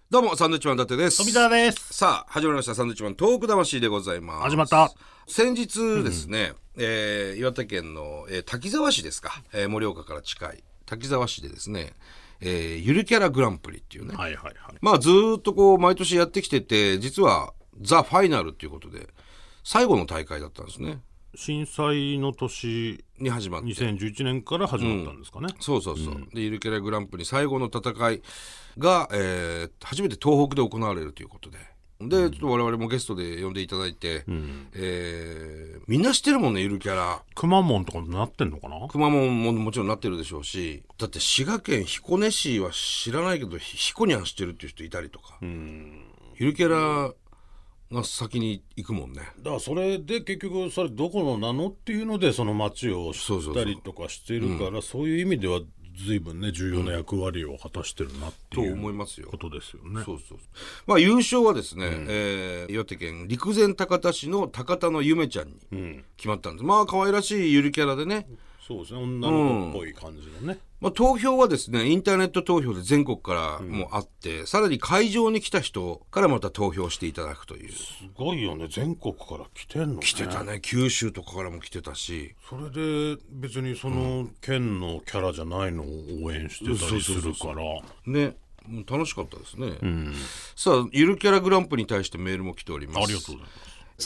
どうもサンドウィッチマン伊達です。 富澤です。 さあ始まりましたサンドウィッチマントーク魂でございます。 始まった。 先日ですね、岩手県の、滝沢市ですか、盛岡から近い滝沢市でですね、ゆるキャラグランプリっていうね、 はいはいはい。 まあずーっとこう毎年やってきてて、実はザ・ファイナルっていうことで最後の大会だったんですね。 震災の年に始まって 2011年から始まったんですかね。 そうそうそう、でゆるキャラグランプリ最後の戦いが、初めて東北で行われるということで、ちょっと我々もゲストで呼んでいただいて、みんな知ってるもんね、ゆるキャラ。 くまモンとかなってんのかな。 くまモンももちろんなってるでしょうし、だって滋賀県彦根市は知らないけど彦根は知ってるっていう人いたりとか、ゆるキャラが先に行くもんね。 だからそれで結局それどこのなのっていうのでその町を知ったりとかしてるから、そういう意味では随分ね重要な役割を果たしてるなっていう、 と思いますよ。 ことですよね。 そうそう。まあ優勝はですね、岩手県陸前高田市の高田のゆめちゃんに決まったんです。まあ可愛らしいゆるキャラでね。 そうですね、女の子っぽい感じのね。 まあ、投票はですねインターネット投票で全国からもあって、さらに会場に来た人からまた投票していただくという。 すごいよね、全国から来てんのね。 来てたね、九州とかからも来てたし、 それで別にその県のキャラじゃないのを応援してたりするからね、もう楽しかったですね。さあゆるキャラグランプリに対してメールも来ております。 ありがとうございます。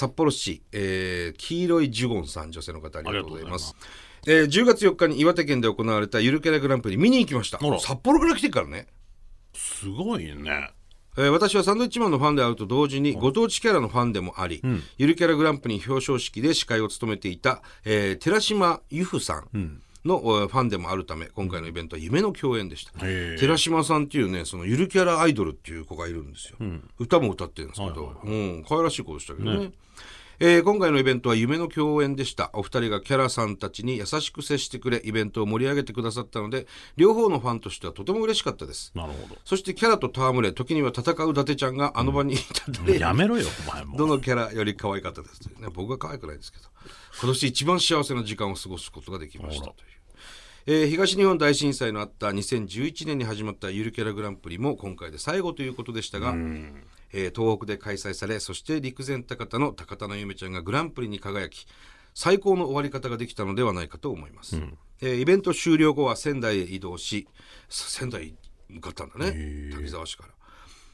札幌市、黄色いジュゴンさん、女性の方ありがとうございます。10月4日に岩手県で行われたゆるキャラグランプリ見に行きました。札幌から来てるからね。 すごいね。 私はサンドウィッチマンのファンであると同時にご当地キャラのファンでもあり、ゆるキャラグランプリ表彰式で司会を務めていた、寺島由布さんの、ファンでもあるため、今回のイベントは夢の共演でした。寺島さんっていうね、そのゆるキャラアイドルっていう子がいるんですよ。歌も歌ってるんですけど、可愛らしい子でしたけどね。今回のイベントは夢の共演でした。お二人がキャラさんたちに優しく接してくれ、イベントを盛り上げてくださったので、両方のファンとしてはとても嬉しかったです。 なるほど。 そしてキャラと戯れ、時には戦う伊達ちゃんがあの場にいたやめろよお前も。 どのキャラより可愛かったですというね。僕は可愛くないですけど、今年一番幸せな時間を過ごすことができましたという。東日本大震災のあった2011年に始まったゆるキャラグランプリも今回で最後ということでしたが、東北で開催され、そして陸前高田の高田のゆめちゃんがグランプリに輝き、最高の終わり方ができたのではないかと思います。イベント終了後は仙台へ移動し、仙台向かったんだね、滝沢市から。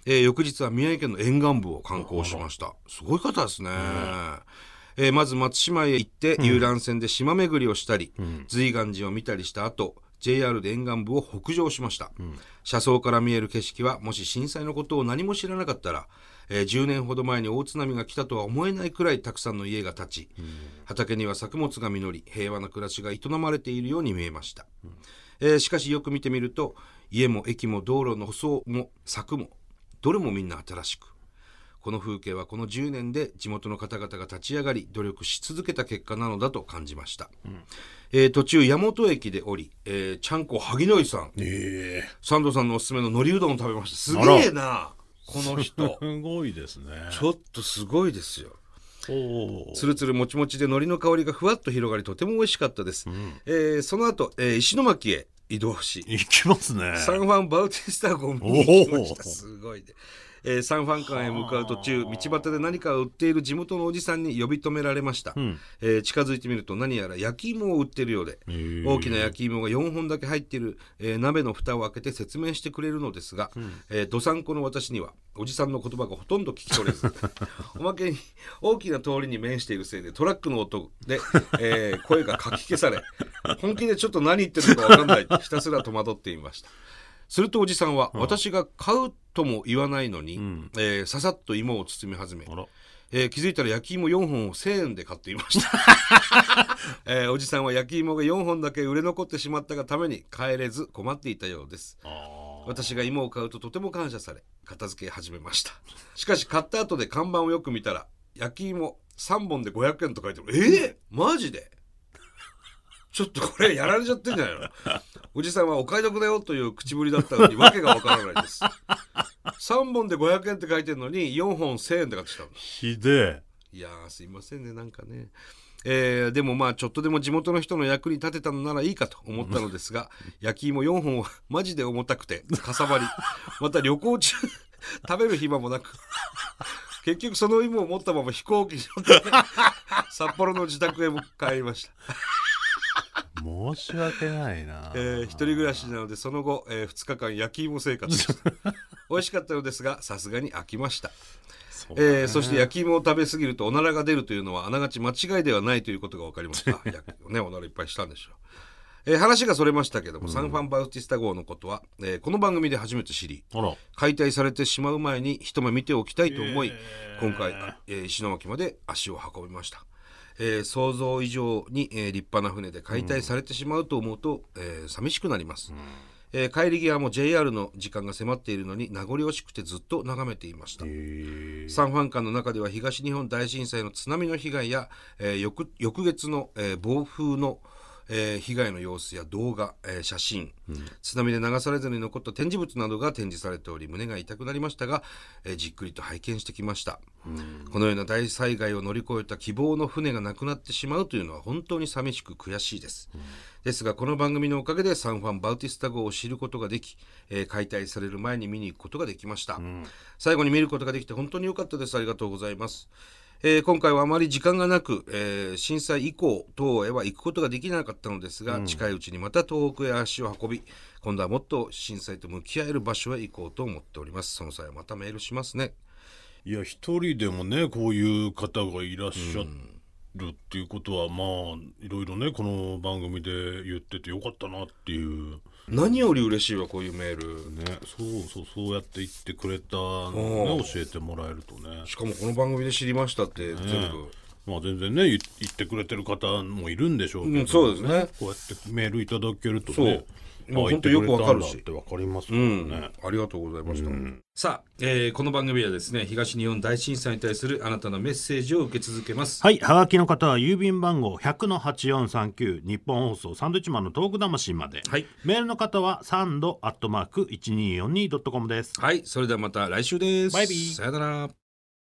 翌日は宮城県の沿岸部を観光しました。すごい方ですね。まず松島へ行って遊覧船で島巡りをしたり、瑞岩寺を見たりした後、JR で沿岸部を北上しました。車窓から見える景色は、もし震災のことを何も知らなかったら、10年ほど前に大津波が来たとは思えないくらいたくさんの家が建ち、畑には作物が実り、平和な暮らしが営まれているように見えました。しかしよく見てみると、家も駅も道路の舗装も柵もどれもみんな新しく、この風景はこの10年で地元の方々が立ち上がり努力し続けた結果なのだと感じました。途中山本駅で降り、ちゃんこ萩野井さん、サンドさんのおすすめの海苔うどんを食べました。すげえなこの人。 すごいですね。 ちょっとすごいですよ。つるつるもちもちで海苔の香りがふわっと広がり、とても美味しかったです。その後、石巻へ移動し、 行きますね。 サンファンバウティスタ号に行きました。すごいね。サンファン館へ向かう途中、道端で何かを売っている地元のおじさんに呼び止められました。近づいてみると何やら焼き芋を売っているようで、大きな焼き芋が4本だけ入っている、鍋の蓋を開けて説明してくれるのですが、どさんこの私にはおじさんの言葉がほとんど聞き取れずおまけに大きな通りに面しているせいでトラックの音で、声がかき消され、本気でちょっと何言ってるのか分かんないひたすら戸惑っていました。するとおじさんは、私が買うとも言わないのに、ささっと芋を包み始め、気づいたら焼き芋4本を1000円で買っていました、おじさんは焼き芋が4本だけ売れ残ってしまったがために帰れず困っていたようです。私が芋を買うととても感謝され片付け始めました。しかし買った後で看板をよく見たら焼き芋3本で500円と書いてある。マジでちょっとこれやられちゃってんじゃないのおじさんはお買い得だよという口ぶりだったのに訳がわからないです。3本で500円って書いてるのに4本1000円で買ってきたの。 ひでえ。いやーすいませんね、なんかね。でもまあちょっとでも地元の人の役に立てたのならいいかと思ったのですが焼き芋4本はマジで重たくてかさばりまた旅行中食べる暇もなく結局その芋を持ったまま飛行機に乗って札幌の自宅へ帰りました。 申し訳ないな、 一人暮らしなのでその後、2日間焼き芋生活でした美味しかったのですがさすがに飽きました。そして焼き芋を食べ過ぎるとおならが出るというのはあながち間違いではないということが分かりました。ね、おならいっぱいしたんでしょう。話がそれましたけども、サンファンバウティスタ号のことは、この番組で初めて知り、解体されてしまう前に一目見ておきたいと思い、今回、石巻まで足を運びました。想像以上に、立派な船で解体されてしまうと思うと、寂しくなります。帰り際も JR の時間が迫っているのに名残惜しくてずっと眺めていました。サンファン館の中では東日本大震災の津波の被害や、翌月の、暴風の、被害の様子や動画、写真、津波で流されずに残った展示物などが展示されており胸が痛くなりましたが、じっくりと拝見してきました。このような大災害を乗り越えた希望の船がなくなってしまうというのは本当に寂しく悔しいです。ですがこの番組のおかげでサンファンバウティスタ号を知ることができ、解体される前に見に行くことができました。最後に見ることができて本当に良かったです。ありがとうございます。今回はあまり時間がなく、震災以降東へは行くことができなかったのですが、近いうちにまた東北へ足を運び今度はもっと震災と向き合える場所へ行こうと思っております。その際はまたメールしますね。 いや一人でもねこういう方がいらっしゃるっていうことは、まあいろいろねこの番組で言っててよかったなっていう。 何より嬉しいわこういうメールね。そうやって言ってくれたのね教えてもらえるとね。 しかもこの番組で知りましたって全部、 まあ全然ね言ってくれてる方もいるんでしょうけど、 そうですね。 こうやってメールいただけるとね、 もう本当よくわかるしってわかりますからね、 ありがとうございました。さあ、この番組はですね東日本大震災に対するあなたのメッセージを受け続けます。 はい、はがきの方は郵便番号 100-8439 日本放送サンドイッチマンのトーク魂まで、 はい、 メールの方はサンド@1242.comです。 はい、それではまた来週です。 バイビー。 さよなら。